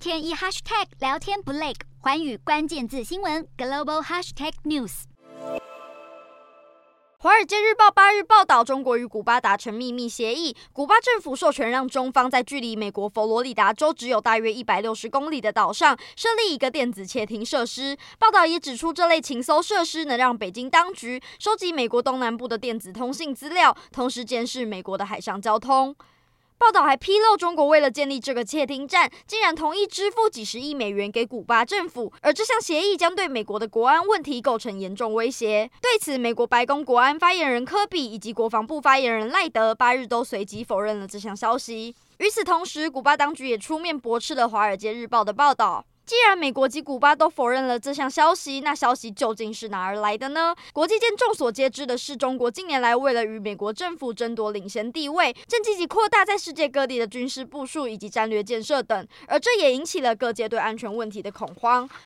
天一 hashtag 聊天不累，寰宇关键字新闻 global hashtag news。 华尔街日报8日报道，中国与古巴达成秘密协议，古巴政府授权让中方在距离美国佛罗里达州只有大约160公里的岛上设立一个电子窃听设施。报道也指出，这类情搜设施能让北京当局收集美国东南部的电子通信资料，同时监视美国的海上交通。报道还披露，中国为了建立这个窃听站，竟然同意支付几十亿美元给古巴政府，而这项协议将对美国的国安问题构成严重威胁。对此，美国白宫国安发言人科比以及国防部发言人赖德8日都随即否认了这项消息。与此同时，古巴当局也出面驳斥了《华尔街日报》的报道。既然美国及古巴都否认了这项消息，那消息究竟是哪儿来的呢？国际间众所皆知的是，中国近年来为了与美国政府争夺领先地位，正积极扩大在世界各地的军事部署以及战略建设等，而这也引起了各界对安全问题的恐慌。